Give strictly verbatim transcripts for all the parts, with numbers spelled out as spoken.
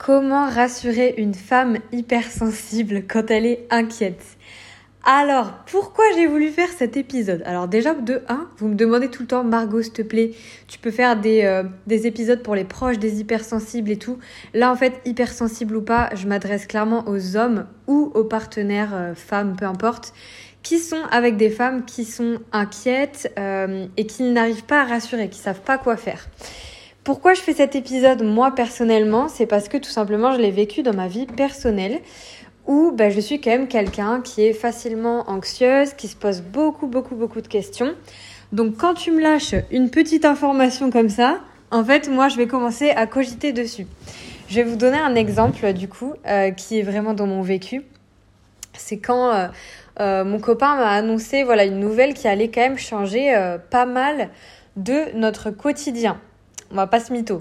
Comment rassurer une femme hypersensible quand elle est inquiète? Alors, pourquoi j'ai voulu faire cet épisode? Alors déjà, de un, vous me demandez tout le temps, Margot, s'il te plaît, tu peux faire des, euh, des épisodes pour les proches des hypersensibles et tout. Là, en fait, hypersensible ou pas, je m'adresse clairement aux hommes ou aux partenaires euh, femmes, peu importe, qui sont avec des femmes qui sont inquiètes euh, et qui n'arrivent pas à rassurer, qui savent pas quoi faire. Pourquoi je fais cet épisode, moi, personnellement? C'est parce que tout simplement, je l'ai vécu dans ma vie personnelle où bah, je suis quand même quelqu'un qui est facilement anxieuse, qui se pose beaucoup, beaucoup, beaucoup de questions. Donc, quand tu me lâches une petite information comme ça, en fait, moi, je vais commencer à cogiter dessus. Je vais vous donner un exemple, du coup, euh, qui est vraiment dans mon vécu. C'est quand euh, euh, mon copain m'a annoncé voilà, une nouvelle qui allait quand même changer euh, pas mal de notre quotidien. On va pas se mytho.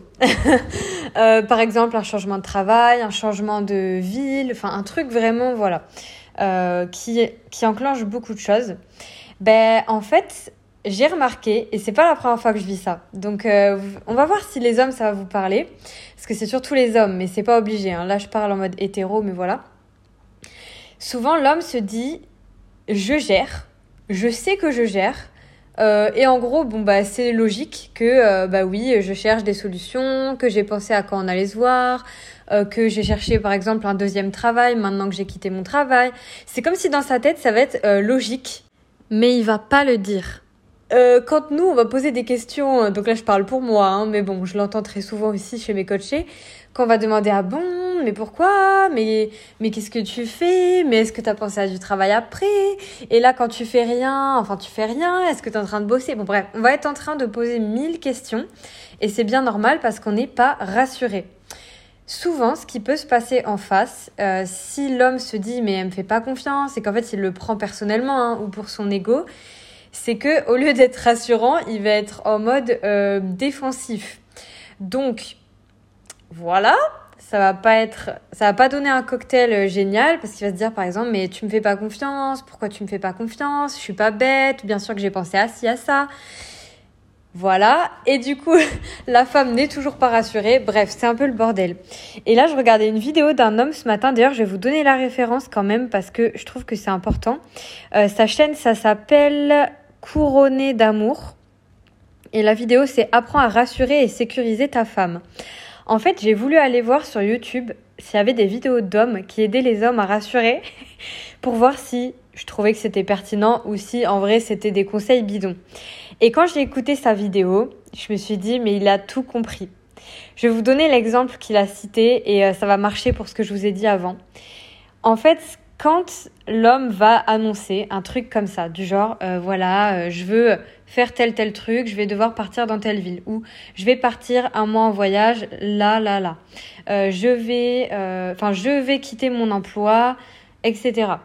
euh, par exemple, un changement de travail, un changement de ville, enfin un truc vraiment, voilà, euh, qui, qui enclenche beaucoup de choses. Ben, en fait, j'ai remarqué, et c'est pas la première fois que je vis ça, donc euh, on va voir si les hommes, ça va vous parler, parce que c'est surtout les hommes, mais c'est pas obligé, hein. Là, je parle en mode hétéro, mais voilà. Souvent, l'homme se dit, je gère, je sais que je gère, Euh, et en gros, bon bah c'est logique que euh, bah oui, je cherche des solutions, que j'ai pensé à quand on allait se voir, euh, que j'ai cherché par exemple un deuxième travail maintenant que j'ai quitté mon travail. C'est comme si dans sa tête ça va être euh, logique, mais il va pas le dire. Euh, quand nous on va poser des questions, donc là je parle pour moi, hein, mais bon je l'entends très souvent aussi chez mes coachés, quand on va demander ah bon, mais pourquoi, mais mais qu'est-ce que tu fais, mais est-ce que t'as pensé à du travail après, et là quand tu fais rien, enfin tu fais rien, est-ce que t'es en train de bosser, bon bref, on va être en train de poser mille questions, et c'est bien normal parce qu'on n'est pas rassuré. Souvent, ce qui peut se passer en face, euh, si l'homme se dit mais elle me fait pas confiance, et qu'en fait il le prend personnellement hein, ou pour son ego, c'est que au lieu d'être rassurant, il va être en mode euh, défensif. Donc voilà, ça va pas être, ça va pas donner un cocktail génial parce qu'il va se dire par exemple mais tu me fais pas confiance, pourquoi tu me fais pas confiance, je suis pas bête, bien sûr que j'ai pensé à ci à ça. Voilà, et du coup, la femme n'est toujours pas rassurée. Bref, c'est un peu le bordel. Et là, je regardais une vidéo d'un homme ce matin. D'ailleurs, je vais vous donner la référence quand même parce que je trouve que c'est important. Euh, sa chaîne, ça s'appelle Couronné d'amour. Et la vidéo, c'est Apprends à rassurer et sécuriser ta femme. En fait, j'ai voulu aller voir sur YouTube s'il y avait des vidéos d'hommes qui aidaient les hommes à rassurer pour voir si je trouvais que c'était pertinent ou si en vrai c'était des conseils bidons. Et quand j'ai écouté sa vidéo, je me suis dit mais il a tout compris. Je vais vous donner l'exemple qu'il a cité et euh, ça va marcher pour ce que je vous ai dit avant. En fait, quand l'homme va annoncer un truc comme ça, du genre euh, voilà, euh, je veux faire tel tel truc, je vais devoir partir dans telle ville ou je vais partir un mois en voyage là là là, euh, je vais, enfin euh, je vais quitter mon emploi, et cetera.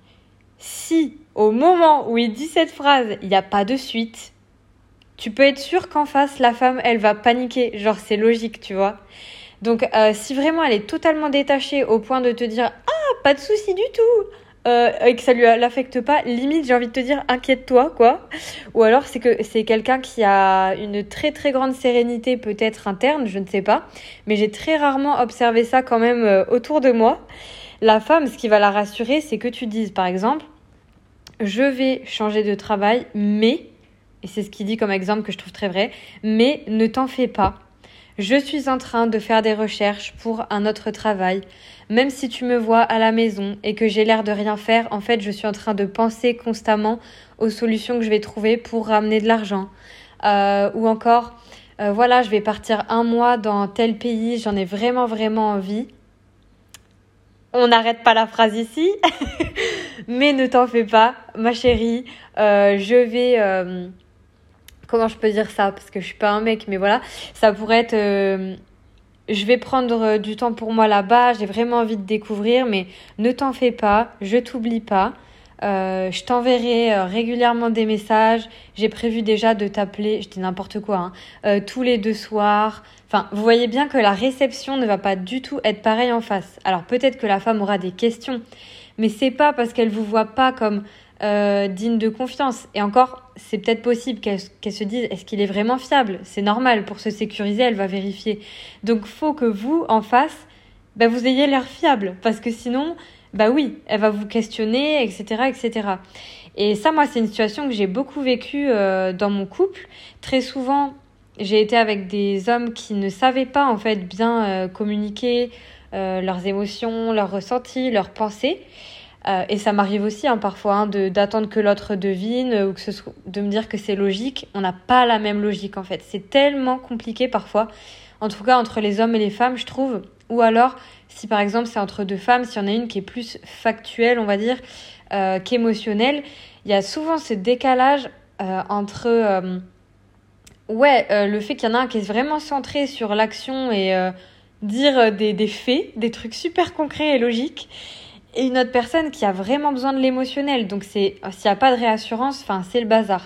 Si au moment où il dit cette phrase, il n'y a pas de suite, tu peux être sûr qu'en face la femme, elle va paniquer, genre c'est logique, tu vois. Donc euh, si vraiment elle est totalement détachée au point de te dire ah pas de souci du tout. Euh, et que ça lui l'affecte pas, limite j'ai envie de te dire inquiète-toi quoi. Ou alors c'est que c'est quelqu'un qui a une très très grande sérénité peut-être interne, je ne sais pas, mais j'ai très rarement observé ça quand même euh, autour de moi. La femme, ce qui va la rassurer, c'est que tu dises par exemple je vais changer de travail mais, et c'est ce qu'il dit comme exemple que je trouve très vrai, mais ne t'en fais pas. Je suis en train de faire des recherches pour un autre travail. Même si tu me vois à la maison et que j'ai l'air de rien faire, en fait, je suis en train de penser constamment aux solutions que je vais trouver pour ramener de l'argent. Euh, ou encore, euh, voilà, je vais partir un mois dans tel pays, j'en ai vraiment, vraiment envie. On n'arrête pas la phrase ici. Mais ne t'en fais pas, ma chérie. Euh, je vais... Euh, Comment je peux dire ça? Parce que je suis pas un mec, mais voilà. Ça pourrait être... Euh, je vais prendre du temps pour moi là-bas. J'ai vraiment envie de découvrir, mais ne t'en fais pas. Je t'oublie pas. Euh, je t'enverrai euh, régulièrement des messages. J'ai prévu déjà de t'appeler. Je dis n'importe quoi. Hein, euh, tous les deux soirs. Enfin, vous voyez bien que la réception ne va pas du tout être pareille en face. Alors peut-être que la femme aura des questions. Mais c'est pas parce qu'elle vous voit pas comme... Euh, digne de confiance. Et encore, c'est peut-être possible qu'elle, qu'elle se dise est-ce qu'il est vraiment fiable? C'est normal, pour se sécuriser, elle va vérifier. Donc, faut que vous, en face, bah, vous ayez l'air fiable. Parce que sinon, bah oui, elle va vous questionner, et cetera, et cetera. Et ça, moi, c'est une situation que j'ai beaucoup vécue euh, dans mon couple. Très souvent, j'ai été avec des hommes qui ne savaient pas, en fait, bien euh, communiquer euh, leurs émotions, leurs ressentis, leurs pensées. Euh, et ça m'arrive aussi hein, parfois hein, de, d'attendre que l'autre devine ou que ce soit, de me dire que c'est logique. On n'a pas la même logique en fait. C'est tellement compliqué parfois, en tout cas entre les hommes et les femmes, je trouve. Ou alors, si par exemple c'est entre deux femmes, s'il y en a une qui est plus factuelle, on va dire, euh, qu'émotionnelle, il y a souvent ce décalage euh, entre euh, ouais, euh, le fait qu'il y en a un qui est vraiment centré sur l'action et euh, dire des, des faits, des trucs super concrets et logiques. Et une autre personne qui a vraiment besoin de l'émotionnel. Donc, c'est, s'il n'y a pas de réassurance, enfin, c'est le bazar.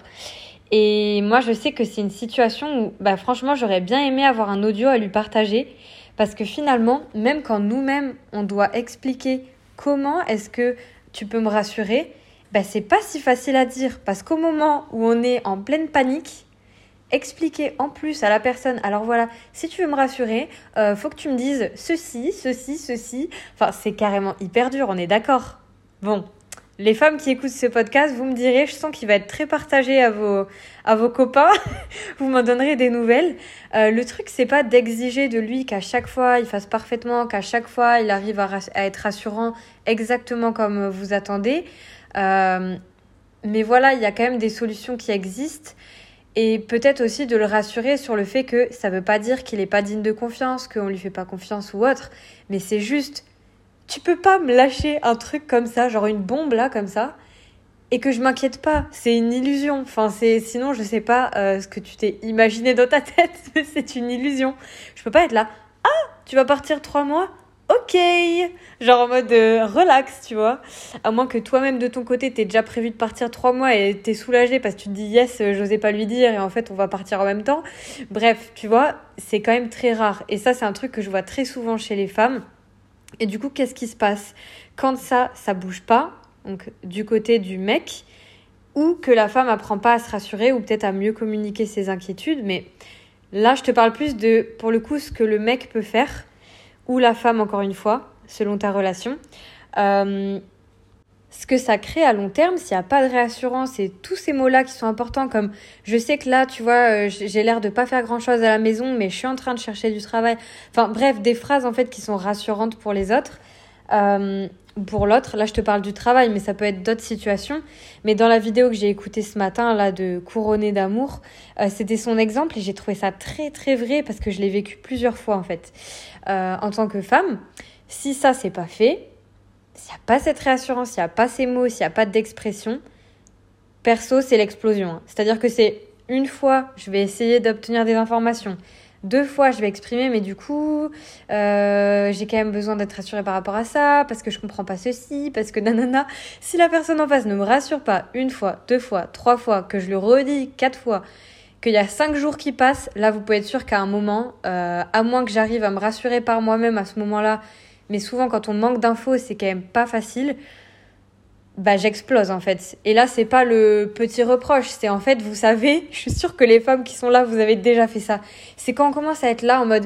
Et moi, je sais que c'est une situation où, bah, franchement, j'aurais bien aimé avoir un audio à lui partager. Parce que finalement, même quand nous-mêmes, on doit expliquer comment est-ce que tu peux me rassurer, bah, c'est pas si facile à dire. Parce qu'au moment où on est en pleine panique, expliquer en plus à la personne, alors voilà, si tu veux me rassurer, euh, faut que tu me dises ceci, ceci, ceci. Enfin, c'est carrément hyper dur, on est d'accord. Bon, les femmes qui écoutent ce podcast, vous me direz, je sens qu'il va être très partagé à vos, à vos copains. Vous m'en donnerez des nouvelles. Euh, le truc, c'est pas d'exiger de lui qu'à chaque fois, il fasse parfaitement, qu'à chaque fois, il arrive à, rass- à être rassurant exactement comme vous attendez. Euh, mais voilà, il y a quand même des solutions qui existent. Et peut-être aussi de le rassurer sur le fait que ça veut pas dire qu'il est pas digne de confiance, qu'on lui fait pas confiance ou autre, mais c'est juste, tu peux pas me lâcher un truc comme ça, genre une bombe là, comme ça, et que je m'inquiète pas. C'est une illusion. Enfin, c'est, sinon, je sais pas euh, ce que tu t'es imaginé dans ta tête, mais c'est une illusion. Je peux pas être là, ah, tu vas partir trois mois? Ok, genre en mode euh, relax, tu vois. À moins que toi-même de ton côté, t'aies déjà prévu de partir trois mois et t'es soulagé parce que tu te dis yes, euh, j'osais pas lui dire et en fait on va partir en même temps. Bref, tu vois, c'est quand même très rare. Et ça, c'est un truc que je vois très souvent chez les femmes. Et du coup, qu'est-ce qui se passe quand ça, ça bouge pas, donc du côté du mec, ou que la femme apprend pas à se rassurer ou peut-être à mieux communiquer ses inquiétudes. Mais là, je te parle plus de, pour le coup, ce que le mec peut faire ou la femme, encore une fois, selon ta relation. Euh, ce que ça crée à long terme, s'il n'y a pas de réassurance et tous ces mots-là qui sont importants, comme je sais que là, tu vois, euh, j'ai l'air de pas faire grand-chose à la maison, mais je suis en train de chercher du travail. Enfin, bref, des phrases en fait qui sont rassurantes pour les autres. Euh, pour l'autre, là je te parle du travail, mais ça peut être d'autres situations. Mais dans la vidéo que j'ai écoutée ce matin, là, de Couronné d'amour, euh, c'était son exemple et j'ai trouvé ça très très vrai parce que je l'ai vécu plusieurs fois en fait. Euh, en tant que femme, si ça c'est pas fait, s'il n'y a pas cette réassurance, s'il n'y a pas ces mots, s'il n'y a pas d'expression, perso c'est l'explosion. Hein. C'est-à-dire que c'est une fois, je vais essayer d'obtenir des informations. Deux fois, je vais exprimer, mais du coup, euh, j'ai quand même besoin d'être rassurée par rapport à ça, parce que je comprends pas ceci, parce que nanana. Si la personne en face ne me rassure pas une fois, deux fois, trois fois, que je le redis quatre fois, qu'il y a cinq jours qui passent, là, vous pouvez être sûr qu'à un moment, euh, à moins que j'arrive à me rassurer par moi-même à ce moment-là, mais souvent, quand on manque d'infos, c'est quand même pas facile, bah j'explose en fait. Et là, c'est pas le petit reproche, c'est en fait, vous savez, je suis sûre que les femmes qui sont là, vous avez déjà fait ça. C'est quand on commence à être là en mode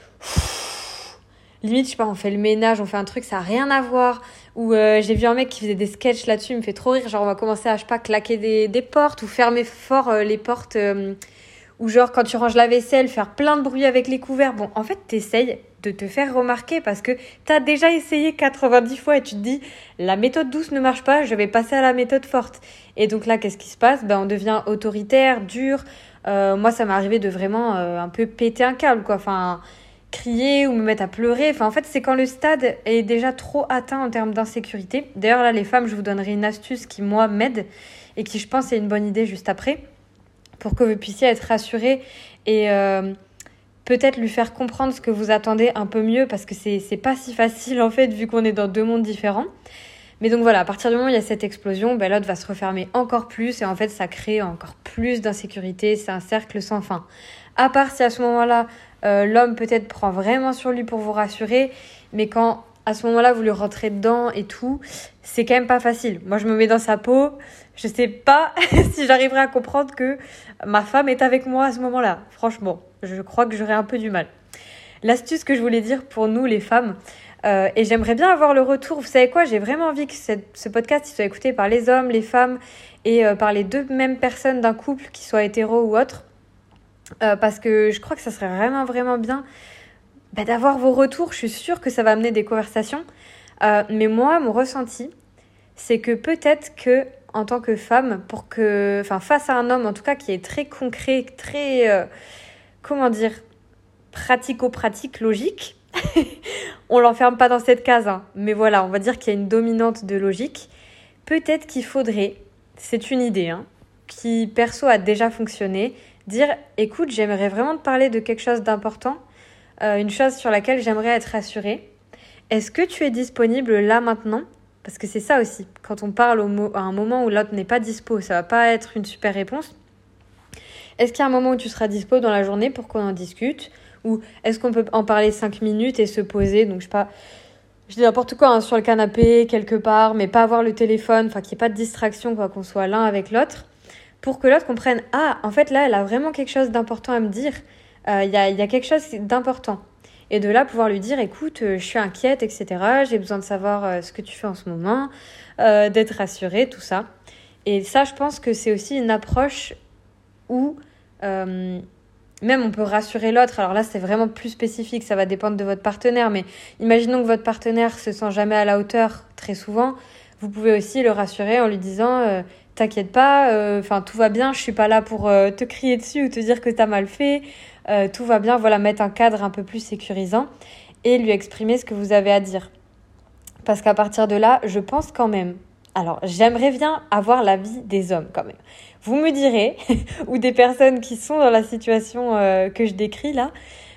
limite, je sais pas, on fait le ménage, on fait un truc, ça a rien à voir. Ou euh, j'ai vu un mec qui faisait des sketchs là-dessus, il me fait trop rire. Genre, on va commencer à, je sais pas, claquer des, des portes ou fermer fort euh, les portes. Euh, ou genre, quand tu ranges la vaisselle, faire plein de bruit avec les couverts. Bon, en fait, t'essayes de te faire remarquer parce que t'as déjà essayé quatre-vingt-dix fois et tu te dis, la méthode douce ne marche pas, je vais passer à la méthode forte. Et donc là, qu'est-ce qui se passe? Ben, on devient autoritaire, dur. Euh, moi, ça m'est arrivé de vraiment euh, un peu péter un câble, quoi. Enfin, crier ou me mettre à pleurer. Enfin, en fait, c'est quand le stade est déjà trop atteint en termes d'insécurité. D'ailleurs, là, les femmes, je vous donnerai une astuce qui, moi, m'aide et qui, je pense, est une bonne idée juste après pour que vous puissiez être rassurés et euh, peut-être lui faire comprendre ce que vous attendez un peu mieux parce que c'est, c'est pas si facile, en fait, vu qu'on est dans deux mondes différents. Mais donc voilà, à partir du moment où il y a cette explosion, ben, l'autre va se refermer encore plus et en fait, ça crée encore plus d'insécurité. C'est un cercle sans fin. À part si à ce moment-là, euh, l'homme peut-être prend vraiment sur lui pour vous rassurer, mais quand à ce moment-là, vous lui rentrez dedans et tout, c'est quand même pas facile. Moi, je me mets dans sa peau, je sais pas si j'arriverai à comprendre que ma femme est avec moi à ce moment-là. Franchement, je crois que j'aurais un peu du mal. L'astuce que je voulais dire pour nous, les femmes, Euh, et j'aimerais bien avoir le retour. Vous savez quoi? J'ai vraiment envie que cette, ce podcast il soit écouté par les hommes, les femmes et euh, par les deux mêmes personnes d'un couple, qui soient hétéros ou autres. Euh, parce que je crois que ça serait vraiment, vraiment bien bah, d'avoir vos retours. Je suis sûre que ça va amener des conversations. Euh, mais moi, mon ressenti, c'est que peut-être que en tant que femme, pour que, enfin, face à un homme en tout cas qui est très concret, très, euh, comment dire, pratico-pratique, logique, on l'enferme pas dans cette case, hein. Mais voilà, on va dire qu'il y a une dominante de logique. Peut-être qu'il faudrait, c'est une idée, hein, qui perso a déjà fonctionné, dire écoute, j'aimerais vraiment te parler de quelque chose d'important, euh, une chose sur laquelle j'aimerais être rassurée. Est-ce que tu es disponible là maintenant? Parce que c'est ça aussi, quand on parle au mo- à un moment où l'autre n'est pas dispo, ça va pas être une super réponse. Est-ce qu'il y a un moment où tu seras dispo dans la journée pour qu'on en discute? Ou est-ce qu'on peut en parler cinq minutes et se poser? Donc je sais pas, je dis n'importe quoi, hein, sur le canapé, quelque part, mais pas avoir le téléphone, enfin qu'il n'y ait pas de distraction, quoi, qu'on soit l'un avec l'autre, pour que l'autre comprenne, ah, en fait là, elle a vraiment quelque chose d'important à me dire, il euh, y, a, y a quelque chose d'important. Et de là, pouvoir lui dire, écoute, euh, je suis inquiète, et cetera. J'ai besoin de savoir euh, ce que tu fais en ce moment, euh, d'être rassurée, tout ça. Et ça, je pense que c'est aussi une approche où euh, même on peut rassurer l'autre. Alors là, c'est vraiment plus spécifique, ça va dépendre de votre partenaire. Mais imaginons que votre partenaire se sent jamais à la hauteur très souvent. Vous pouvez aussi le rassurer en lui disant, euh, t'inquiète pas, enfin euh, tout va bien, je suis pas là pour euh, te crier dessus ou te dire que t'as mal fait. Euh, tout va bien, voilà, mettre un cadre un peu plus sécurisant et lui exprimer ce que vous avez à dire. Parce qu'à partir de là, je pense quand même, alors j'aimerais bien avoir l'avis des hommes quand même. Vous me direz, ou des personnes qui sont dans la situation euh, que je décris là,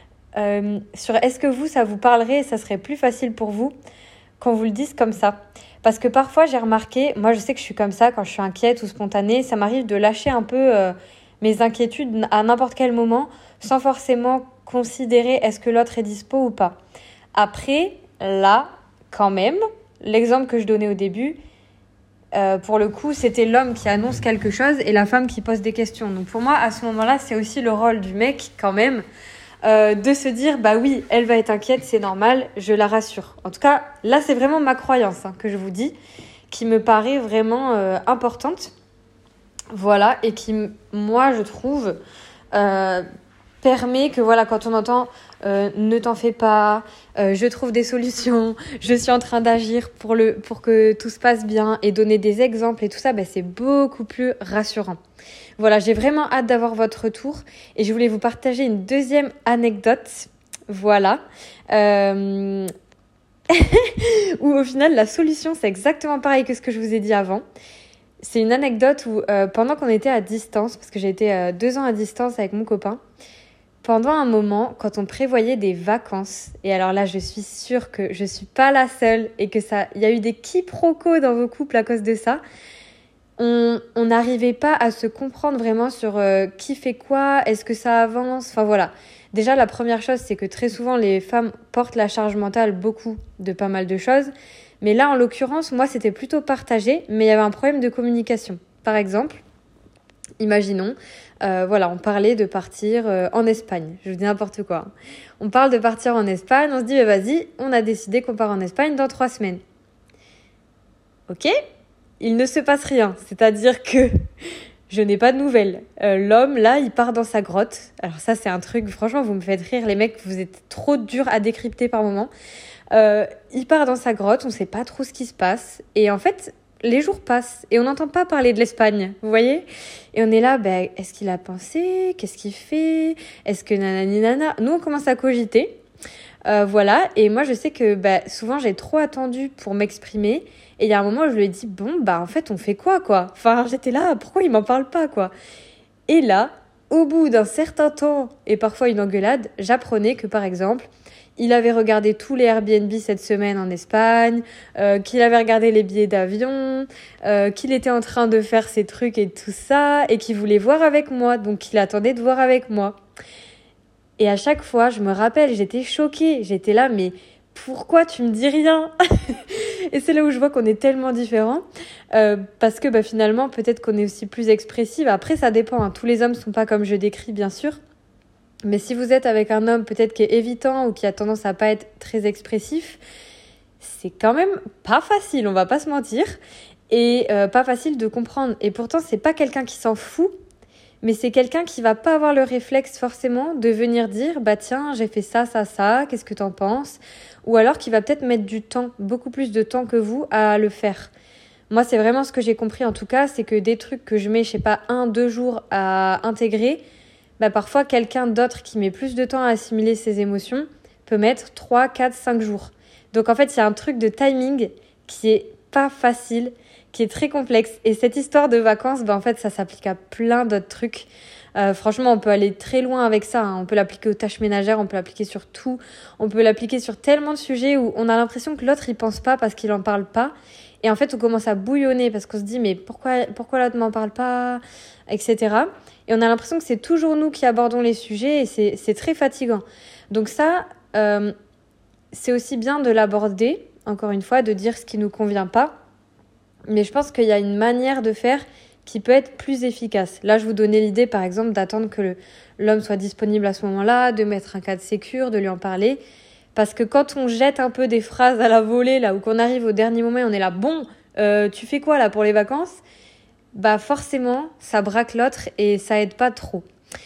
euh, sur est-ce que vous, ça vous parlerait et ça serait plus facile pour vous qu'on vous le dise comme ça. Parce que parfois j'ai remarqué, moi je sais que je suis comme ça quand je suis inquiète ou spontanée, ça m'arrive de lâcher un peu euh, mes inquiétudes à n'importe quel moment, sans forcément considérer est-ce que l'autre est dispo ou pas. Après, là, quand même, l'exemple que je donnais au début, euh, pour le coup, c'était l'homme qui annonce quelque chose et la femme qui pose des questions. Donc pour moi, à ce moment-là, c'est aussi le rôle du mec, quand même, euh, de se dire, bah oui, elle va être inquiète, c'est normal, je la rassure. En tout cas, là, c'est vraiment ma croyance hein, que je vous dis, qui me paraît vraiment euh, importante. Voilà, et qui, moi, je trouve... Euh, permet que voilà, quand on entend euh, ne t'en fais pas, euh, je trouve des solutions, je suis en train d'agir pour, le, pour que tout se passe bien et donner des exemples et tout ça, bah, c'est beaucoup plus rassurant. Voilà, j'ai vraiment hâte d'avoir votre retour et je voulais vous partager une deuxième anecdote, voilà, euh... où au final la solution c'est exactement pareil que ce que je vous ai dit avant. C'est une anecdote où euh, pendant qu'on était à distance, parce que j'ai été euh, deux ans à distance avec mon copain, pendant un moment, quand on prévoyait des vacances, et alors là, je suis sûre que je suis pas la seule et que ça, il y a eu des quiproquos dans vos couples à cause de ça, on on n'arrivait pas à se comprendre vraiment sur euh, qui fait quoi, est-ce que ça avance, enfin voilà. Déjà, la première chose, c'est que très souvent, les femmes portent la charge mentale beaucoup de pas mal de choses. Mais là, en l'occurrence, moi, c'était plutôt partagé, mais il y avait un problème de communication. Par exemple, imaginons, euh, voilà, on parlait de partir euh, en Espagne. Je vous dis n'importe quoi. On parle de partir en Espagne, on se dit, bah, vas-y, on a décidé qu'on part en Espagne dans trois semaines. Ok ? Il ne se passe rien. C'est-à-dire que je n'ai pas de nouvelles. Euh, l'homme, là, il part dans sa grotte. Alors ça, c'est un truc, franchement, vous me faites rire. Les mecs, vous êtes trop durs à décrypter par moment. Euh, il part dans sa grotte, on ne sait pas trop ce qui se passe. Et en fait... les jours passent et on n'entend pas parler de l'Espagne, vous voyez ? Et on est là, ben, est-ce qu'il a pensé ? Qu'est-ce qu'il fait ? Est-ce que nanani nana ? Nous, on commence à cogiter. Euh, voilà, et moi, je sais que ben, souvent, j'ai trop attendu pour m'exprimer. Et il y a un moment, je lui ai dit, bon, bah en fait, on fait quoi, quoi ? Enfin, j'étais là, pourquoi il m'en parle pas, quoi ? Et là, au bout d'un certain temps, et parfois une engueulade, j'apprenais que, par exemple, il avait regardé tous les Airbnb cette semaine en Espagne, euh, qu'il avait regardé les billets d'avion, euh, qu'il était en train de faire ses trucs et tout ça, et qu'il voulait voir avec moi, donc qu'il attendait de voir avec moi. Et à chaque fois, je me rappelle, j'étais choquée, j'étais là, mais pourquoi tu me dis rien ? Et c'est là où je vois qu'on est tellement différents, euh, parce que bah, finalement, peut-être qu'on est aussi plus expressive. Après, ça dépend, hein. Tous les hommes ne sont pas comme je décris, bien sûr. Mais si vous êtes avec un homme peut-être qui est évitant ou qui a tendance à pas être très expressif, c'est quand même pas facile, on va pas se mentir, et euh, pas facile de comprendre. Et pourtant, c'est pas quelqu'un qui s'en fout, mais c'est quelqu'un qui va pas avoir le réflexe forcément de venir dire « bah tiens, j'ai fait ça, ça, ça, qu'est-ce que t'en penses ?» Ou alors qui va peut-être mettre du temps, beaucoup plus de temps que vous à le faire. Moi, c'est vraiment ce que j'ai compris en tout cas, c'est que des trucs que je mets, je sais pas, un, deux jours à intégrer, bah parfois quelqu'un d'autre qui met plus de temps à assimiler ses émotions peut mettre trois, quatre, cinq jours. Donc en fait, il y a un truc de timing qui est pas facile, qui est très complexe. Et cette histoire de vacances, bah en fait, ça s'applique à plein d'autres trucs. Euh, franchement, on peut aller très loin avec ça, hein. On peut l'appliquer aux tâches ménagères, on peut l'appliquer sur tout. On peut l'appliquer sur tellement de sujets où on a l'impression que l'autre, il pense pas parce qu'il en parle pas. Et en fait, on commence à bouillonner parce qu'on se dit, mais pourquoi, pourquoi l'autre m'en parle pas, et cetera. Et on a l'impression que c'est toujours nous qui abordons les sujets et c'est, c'est très fatigant. Donc ça, euh, c'est aussi bien de l'aborder, encore une fois, de dire ce qui nous convient pas. Mais je pense qu'il y a une manière de faire qui peut être plus efficace. Là, je vous donnais l'idée, par exemple, d'attendre que le, l'homme soit disponible à ce moment-là, de mettre un cadre sécure, de lui en parler. Parce que quand on jette un peu des phrases à la volée, là, ou qu'on arrive au dernier moment et on est là, bon, euh, tu fais quoi là pour les vacances ? Bah forcément, ça braque l'autre et ça aide pas trop.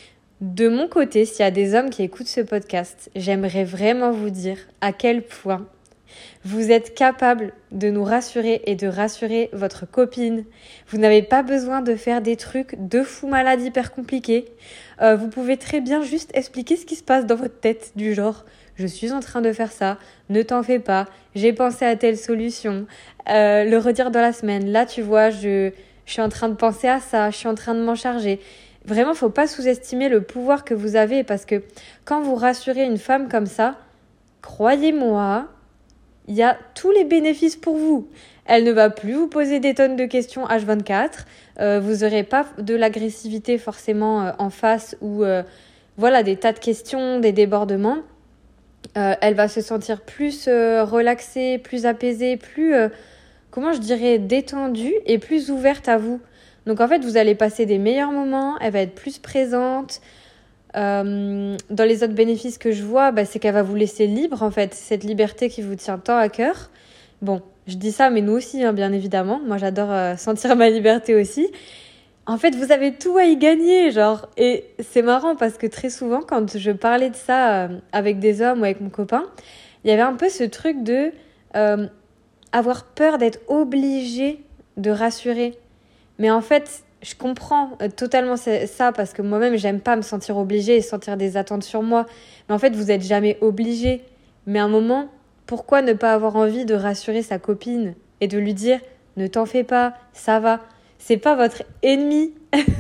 De mon côté, s'il y a des hommes qui écoutent ce podcast, j'aimerais vraiment vous dire à quel point vous êtes capable de nous rassurer et de rassurer votre copine. Vous n'avez pas besoin de faire des trucs de fou malade hyper compliqués. Euh, vous pouvez très bien juste expliquer ce qui se passe dans votre tête, du genre « je suis en train de faire ça, ne t'en fais pas, j'ai pensé à telle solution euh, », le redire dans la semaine. Là, tu vois, je, je suis en train de penser à ça, je suis en train de m'en charger. Vraiment, faut pas sous-estimer le pouvoir que vous avez parce que quand vous rassurez une femme comme ça, croyez-moi, il y a tous les bénéfices pour vous. Elle ne va plus vous poser des tonnes de questions H vingt-quatre. Euh, vous n'aurez pas de l'agressivité forcément euh, en face ou euh, voilà, des tas de questions, des débordements. Euh, elle va se sentir plus euh, relaxée, plus apaisée, plus, euh, comment je dirais, détendue et plus ouverte à vous. Donc en fait, vous allez passer des meilleurs moments, elle va être plus présente. Euh, dans les autres bénéfices que je vois, bah, c'est qu'elle va vous laisser libre en fait, cette liberté qui vous tient tant à cœur. Bon, je dis ça, mais nous aussi, hein, bien évidemment. Moi, j'adore euh, sentir ma liberté aussi. En fait, vous avez tout à y gagner, genre. Et c'est marrant parce que très souvent, quand je parlais de ça euh, avec des hommes ou avec mon copain, il y avait un peu ce truc de euh, avoir peur d'être obligé de rassurer. Mais en fait, je comprends totalement ça parce que moi-même, j'aime pas me sentir obligée et sentir des attentes sur moi. Mais en fait, vous êtes jamais obligé. Mais à un moment, pourquoi ne pas avoir envie de rassurer sa copine et de lui dire « ne t'en fais pas, ça va ». C'est pas votre ennemi.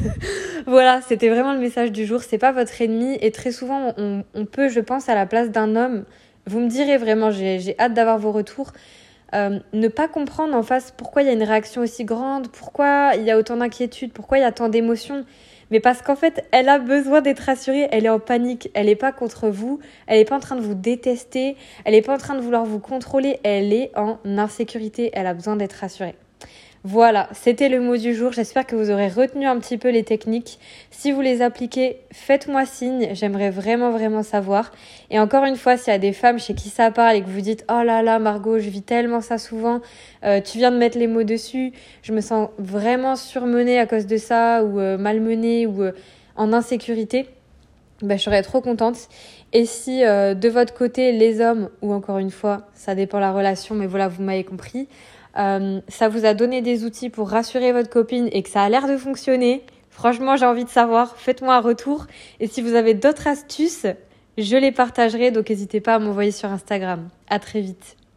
Voilà, c'était vraiment le message du jour. C'est pas votre ennemi. Et très souvent, on, on peut, je pense, à la place d'un homme, vous me direz vraiment, j'ai, j'ai hâte d'avoir vos retours, euh, ne pas comprendre en face pourquoi il y a une réaction aussi grande, pourquoi il y a autant d'inquiétude, pourquoi il y a tant d'émotions. Mais parce qu'en fait, elle a besoin d'être rassurée, elle est en panique, elle n'est pas contre vous, elle n'est pas en train de vous détester, elle n'est pas en train de vouloir vous contrôler, elle est en insécurité, elle a besoin d'être rassurée. Voilà, c'était le mot du jour. J'espère que vous aurez retenu un petit peu les techniques. Si vous les appliquez, faites-moi signe. J'aimerais vraiment, vraiment savoir. Et encore une fois, s'il y a des femmes chez qui ça parle et que vous dites « Oh là là, Margot, je vis tellement ça souvent. Euh, tu viens de mettre les mots dessus. Je me sens vraiment surmenée à cause de ça ou euh, malmenée ou euh, en insécurité. » Ben, je serais trop contente. Et si euh, de votre côté, les hommes, ou encore une fois, ça dépend de la relation, mais voilà, vous m'avez compris, Euh, ça vous a donné des outils pour rassurer votre copine et que ça a l'air de fonctionner, franchement, j'ai envie de savoir, faites-moi un retour. Et si vous avez d'autres astuces, je les partagerai, donc n'hésitez pas à m'envoyer sur Instagram. À très vite.